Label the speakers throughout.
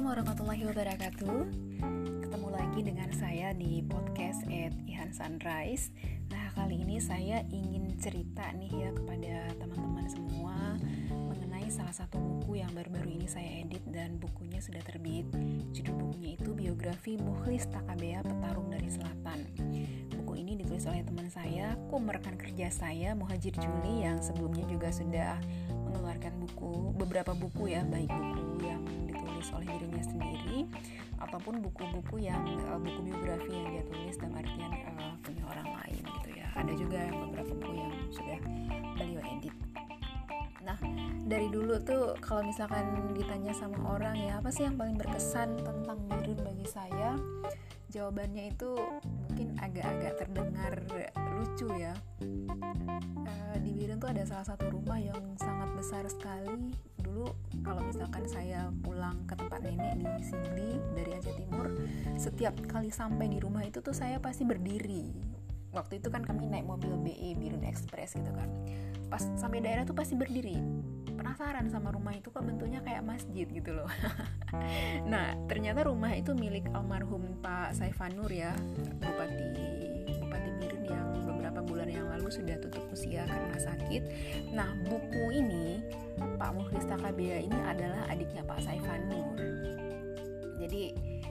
Speaker 1: Assalamualaikum warahmatullahi wabarakatuh. Ketemu lagi dengan saya di podcast @ihan sunrise. Nah, kali ini saya ingin cerita nih ya kepada teman-teman semua mengenai salah satu buku yang baru-baru ini saya edit dan bukunya sudah terbit. Judul bukunya itu Biografi Mukhlis Takabea, Petarung dari Selatan. Buku ini ditulis oleh teman saya, rekan kerja saya, Muhajir Juli, yang sebelumnya juga sudah mengeluarkan beberapa buku ya, baik buku yang ditulis oleh dirinya sendiri ataupun buku-buku yang buku biografi yang dia tulis dalam artian punya orang lain gitu ya. Ada juga beberapa buku yang sudah beliau edit. Nah, dari dulu tuh kalau misalkan ditanya sama orang ya, apa sih yang paling berkesan tentang Birun bagi saya? Jawabannya itu mungkin agak-agak terdengar lucu ya. Di Birun tuh ada salah satu rumah yang sangat besar sekali. Dulu kalau misalkan saya pulang ke tempat nenek di Sigli dari Aceh Timur, setiap kali sampai di rumah itu tuh saya pasti berdiri. Waktu itu kan kami naik mobil BE, Birun Express gitu kan. Pas sampai daerah tuh pasti berdiri. Penasaran sama rumah itu kok bentuknya kayak masjid gitu loh. Nah, ternyata rumah itu milik almarhum Pak Saifanur ya, Bupati Birun yang beberapa bulan yang lalu sudah tutup usia karena sakit. Nah, buku ini Pak Mukhlis Takabea ini adalah adiknya Pak Saifanur. Jadi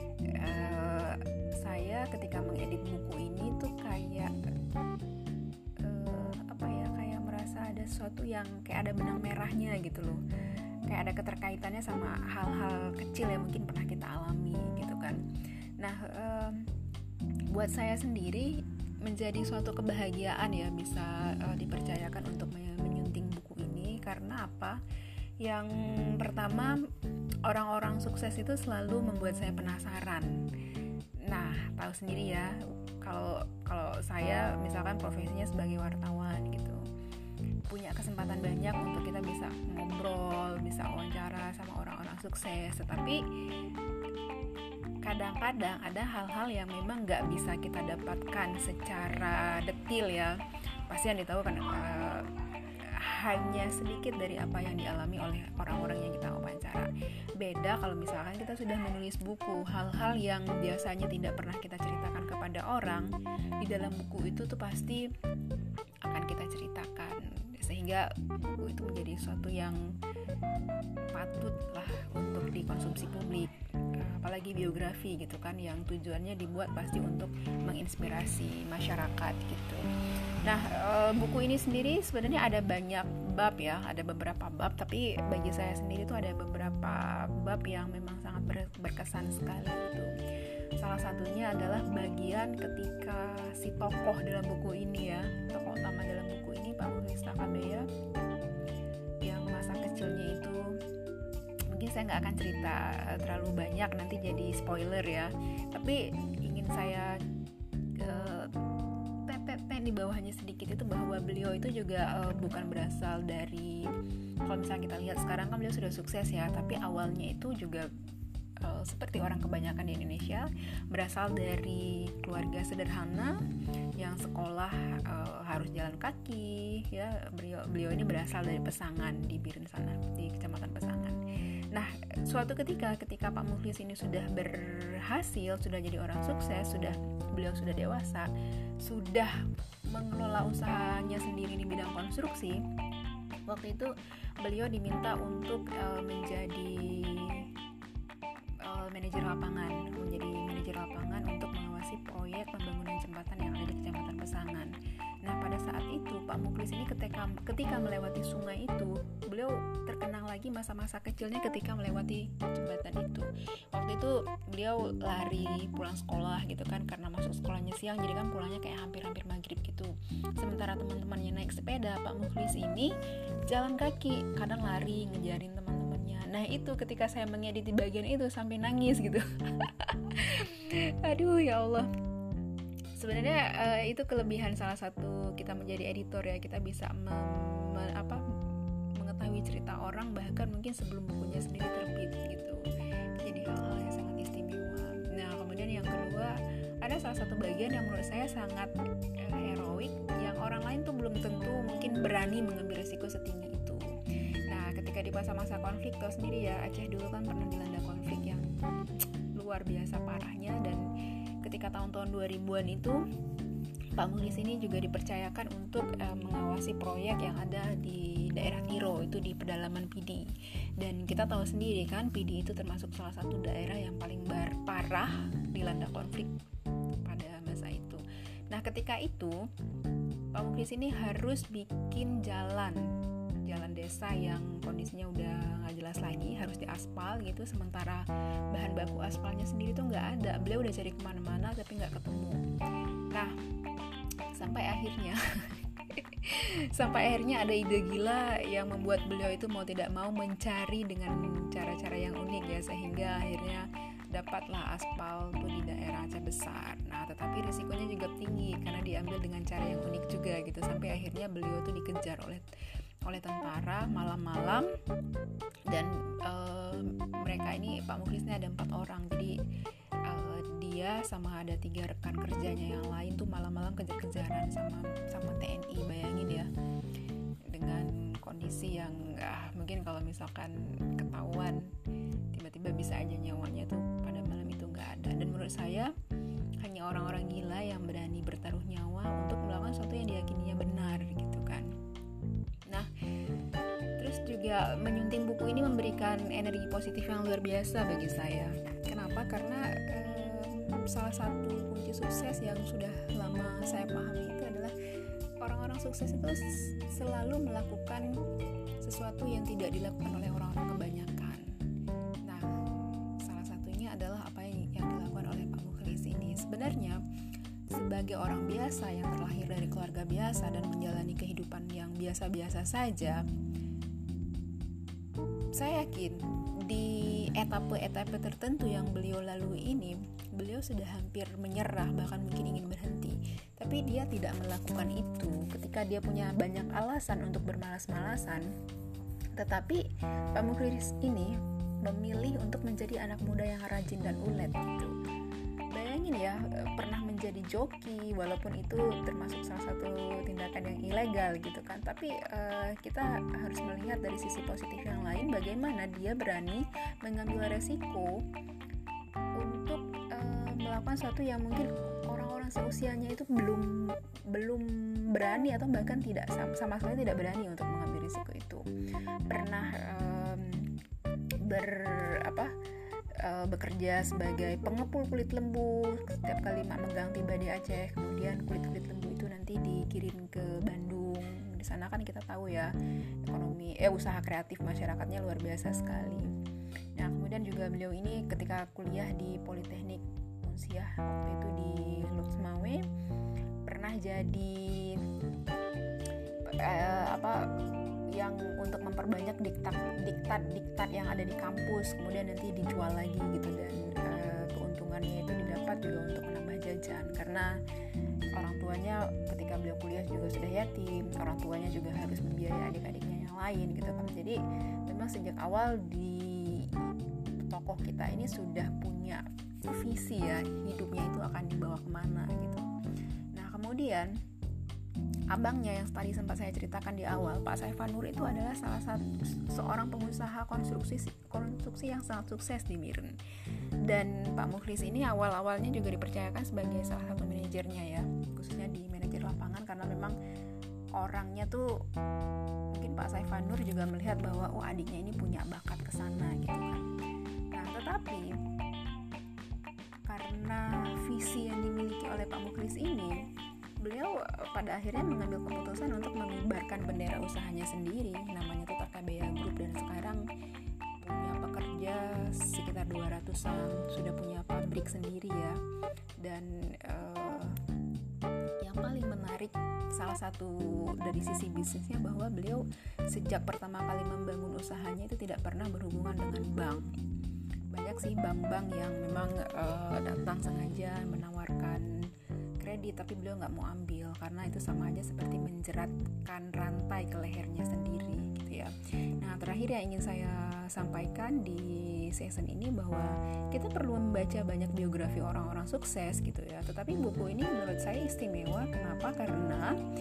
Speaker 1: saya ketika mengedit buku ini tuh kayak kayak merasa ada sesuatu yang kayak ada benang merahnya gitu loh. Kayak ada keterkaitannya sama hal-hal kecil yang mungkin pernah kita alami gitu kan. Nah, buat saya sendiri menjadi suatu kebahagiaan ya bisa dipercayakan untuk menyunting buku ini. Karena apa? Yang pertama, orang-orang sukses itu selalu membuat saya penasaran. Nah, tahu sendiri ya, kalau saya misalkan profesinya sebagai wartawan gitu, punya kesempatan banyak untuk kita bisa ngobrol, bisa wawancara sama orang-orang sukses. Tetapi kadang-kadang ada hal-hal yang memang nggak bisa kita dapatkan secara detil ya. Pasti yang ditahu kan hanya sedikit dari apa yang dialami oleh orang-orang yang kita wawancara. Beda kalau misalkan kita sudah menulis buku, hal-hal yang biasanya tidak pernah kita ceritakan kepada orang, di dalam buku itu tuh pasti akan kita ceritakan, sehingga buku itu menjadi sesuatu yang patut lah untuk dikonsumsi publik. Apalagi biografi gitu kan, yang tujuannya dibuat pasti untuk menginspirasi masyarakat gitu. Nah, buku ini sendiri sebenarnya ada banyak bab ya, ada beberapa bab, tapi bagi saya sendiri tuh ada beberapa bab yang memang sangat berkesan sekali gitu. Salah satunya adalah bagian ketika si tokoh dalam buku ini ya, tokoh utama dalam buku ini Pak Mukhlis Takabea, yang masa kecilnya itu mungkin saya nggak akan cerita terlalu banyak, nanti jadi spoiler ya. Tapi ingin saya di bawahnya sedikit itu bahwa beliau itu juga bukan berasal dari, kalau misalnya kita lihat sekarang kan beliau sudah sukses ya, tapi awalnya itu juga seperti orang kebanyakan di Indonesia, berasal dari keluarga sederhana yang sekolah harus jalan kaki ya. Beliau ini berasal dari Pesangan di Birun sana, di Kecamatan Pesangan. Nah, suatu ketika Pak Mukhlis ini sudah berhasil, sudah jadi orang sukses, beliau sudah dewasa, sudah mengelola usahanya sendiri di bidang konstruksi. Waktu itu beliau diminta untuk menjadi manajer lapangan untuk mengawasi proyek pembangunan jembatan yang ada di Kecamatan Pesangan. Nah, pada saat itu Pak Mukhlis ini ketika melewati sungai itu, beliau terkenang lagi masa-masa kecilnya ketika melewati jembatan itu. Waktu itu beliau lari pulang sekolah gitu kan, karena masuk sekolahnya siang, jadi kan pulangnya kayak hampir-hampir maghrib gitu. Sementara teman-temannya naik sepeda, Pak Mukhlis ini jalan kaki, kadang lari ngejarin teman-temannya. Nah, itu ketika saya mengedit di bagian itu sampai nangis gitu. Aduh ya Allah. Sebenarnya itu kelebihan salah satu kita menjadi editor ya, kita bisa mengetahui cerita orang bahkan mungkin sebelum bukunya sendiri terbit gitu. Jadi hal-hal yang sangat istimewa. Nah, kemudian yang kedua, ada salah satu bagian yang menurut saya sangat heroik, yang orang lain tuh belum tentu mungkin berani mengambil risiko setinggi itu. Nah, ketika di masa-masa konflik, tahu sendiri ya, Aceh dulu kan pernah dilanda konflik yang luar biasa parahnya. Dan ketika tahun-tahun 2000-an itu Pak Mukhlis ini juga dipercayakan untuk mengawasi proyek yang ada di daerah Tiro, itu di pedalaman PD. Dan kita tahu sendiri kan, PD itu termasuk salah satu daerah yang paling parah dilanda konflik pada masa itu. Nah, ketika itu Pak Mukhlis ini harus bikin jalan desa yang kondisinya udah nggak jelas lagi, harus diaspal gitu. Sementara bahan baku aspalnya sendiri tuh nggak ada. Beliau udah cari kemana-mana tapi nggak ketemu. Nah, sampai akhirnya ada ide gila yang membuat beliau itu mau tidak mau mencari dengan cara-cara yang unik ya, sehingga akhirnya dapatlah aspal tuh di daerah Aceh Besar. Nah, tetapi risikonya juga tinggi karena diambil dengan cara yang unik juga gitu. Sampai akhirnya beliau tuh dikejar oleh tentara malam-malam. Dan mereka ini, Pak Mukhlis ini ada 4 orang. Jadi dia sama ada 3 rekan kerjanya yang lain tuh malam-malam kejar-kejaran sama TNI. Bayangin ya, dengan kondisi yang mungkin kalau misalkan ketahuan tiba-tiba bisa aja nyawanya tuh pada malam itu nggak ada. Dan menurut saya hanya orang-orang gila yang berani bertaruh nyawa untuk melakukan sesuatu yang diyakininya benar gitu kan. Nah, terus juga menyunting buku ini memberikan energi positif yang luar biasa bagi saya. Kenapa? Karena salah satu kunci sukses yang sudah lama saya pahami itu adalah orang-orang sukses itu selalu melakukan sesuatu yang tidak dilakukan oleh orang-orang kebanyakan. Nah, salah satunya adalah apa yang dilakukan oleh Pak Mukhlis ini. Sebenarnya sebagai orang biasa yang terlahir dari keluarga biasa dan menjalani kehidupan yang biasa-biasa saja, saya yakin di etape-etape tertentu yang beliau lalui ini, beliau sudah hampir menyerah, bahkan mungkin ingin berhenti. Tapi dia tidak melakukan itu ketika dia punya banyak alasan untuk bermalas-malasan. Tetapi Pak Mukhlis ini memilih untuk menjadi anak muda yang rajin dan ulet gitu. Bayangin ya, pernah menjadi joki, walaupun itu termasuk salah satu tindakan yang ilegal gitu kan. Tapi kita harus melihat dari sisi positif yang lain, bagaimana dia berani mengambil resiko untuk melakukan sesuatu yang mungkin orang-orang seusianya itu belum berani, atau bahkan tidak sama sekali tidak berani untuk mengambil risiko itu. Pernah bekerja sebagai pengepul kulit lembu setiap kali megang tiba di Aceh. Kemudian kulit lembu itu nanti dikirim ke Bandung. Di sana kan kita tahu ya, usaha kreatif masyarakatnya luar biasa sekali. Nah, kemudian juga beliau ini ketika kuliah di Politeknik Unsiah waktu itu di Loksmawe, pernah jadi yang untuk memperbanyak diktat yang ada di kampus, kemudian nanti dijual lagi gitu. Dan keuntungannya itu didapat juga untuk menambah jajan, karena orang tuanya ketika beliau kuliah juga sudah yatim, orang tuanya juga harus membiayai adik-adiknya yang lain gitu kan. Jadi memang sejak awal di tokoh kita ini sudah punya visi ya, hidupnya itu akan dibawa kemana gitu. Nah, kemudian abangnya yang tadi sempat saya ceritakan di awal, Pak Saifanur, itu adalah salah satu seorang pengusaha konstruksi yang sangat sukses di Mirren. Dan Pak Mukhlis ini awal-awalnya juga dipercayakan sebagai salah satu manajernya ya, khususnya di manajer lapangan, karena memang orangnya tuh mungkin Pak Saifanur juga melihat bahwa adiknya ini punya bakat ke sana gitu kan. Nah, tetapi karena visi yang dimiliki oleh Pak Mukhlis ini, beliau pada akhirnya mengambil keputusan untuk mengibarkan bendera usahanya sendiri, namanya itu Takabea Group, dan sekarang punya pekerja sekitar 200-an, sudah punya pabrik sendiri ya. Dan yang paling menarik salah satu dari sisi bisnisnya, bahwa beliau sejak pertama kali membangun usahanya itu tidak pernah berhubungan dengan bank. Banyak sih bank-bank yang memang datang sengaja menawarkan kredit, tapi beliau nggak mau ambil karena itu sama aja seperti menjeratkan rantai ke lehernya sendiri gitu ya. Nah, terakhir yang ingin saya sampaikan di season ini, bahwa kita perlu membaca banyak biografi orang-orang sukses gitu ya. Tetapi buku ini menurut saya istimewa. Kenapa? Karena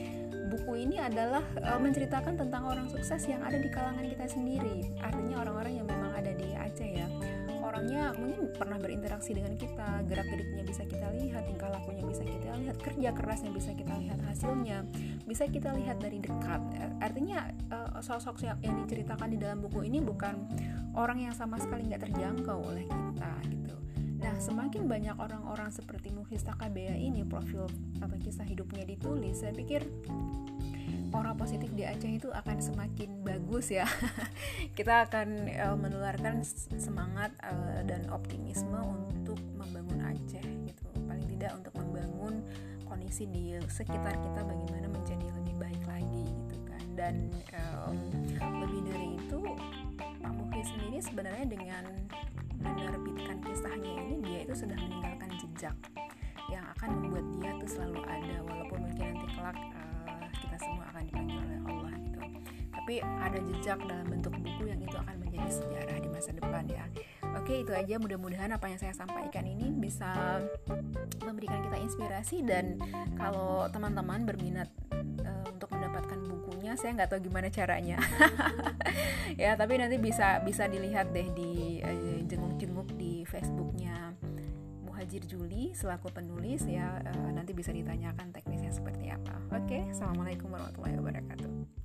Speaker 1: buku ini adalah menceritakan tentang orang sukses yang ada di kalangan kita sendiri. Artinya orang-orang yang memang ada di Aceh ya. Orangnya mungkin pernah berinteraksi dengan kita, gerak-geriknya bisa kita lihat, tingkah lakunya bisa kita lihat, kerja kerasnya bisa kita lihat hasilnya, bisa kita lihat dari dekat. Artinya sosok yang diceritakan di dalam buku ini bukan orang yang sama sekali nggak terjangkau oleh kita gitu. Nah, semakin banyak orang-orang seperti Mukhlis Takabea ini profil atau kisah hidupnya ditulis, saya pikir orang positif di Aceh itu akan semakin bagus ya. Kita akan menularkan semangat dan optimisme untuk membangun Aceh gitu. Paling tidak untuk membangun kondisi di sekitar kita bagaimana menjadi lebih baik lagi gitu kan. Dan lebih dari itu, Pak Mukhlis sendiri sebenarnya dengan menerbitkan kisahnya ini, dia itu sudah meninggalkan jejak yang akan membuat dia tuh selalu ada, walaupun mungkin nanti kelak kita semua akan dipanggil oleh Allah gitu. Tapi ada jejak dalam bentuk buku yang itu akan menjadi sejarah di masa depan ya. Oke, itu aja, mudah-mudahan apa yang saya sampaikan ini bisa memberikan kita inspirasi. Dan kalau teman-teman berminat untuk mendapatkan bukunya, saya nggak tahu gimana caranya. Ya, tapi nanti bisa dilihat deh di jenguk-jenguk di Facebooknya Muhajir Juli selaku penulis ya. Nanti bisa ditanyakan teknisnya seperti apa. Oke, assalamualaikum warahmatullahi wabarakatuh.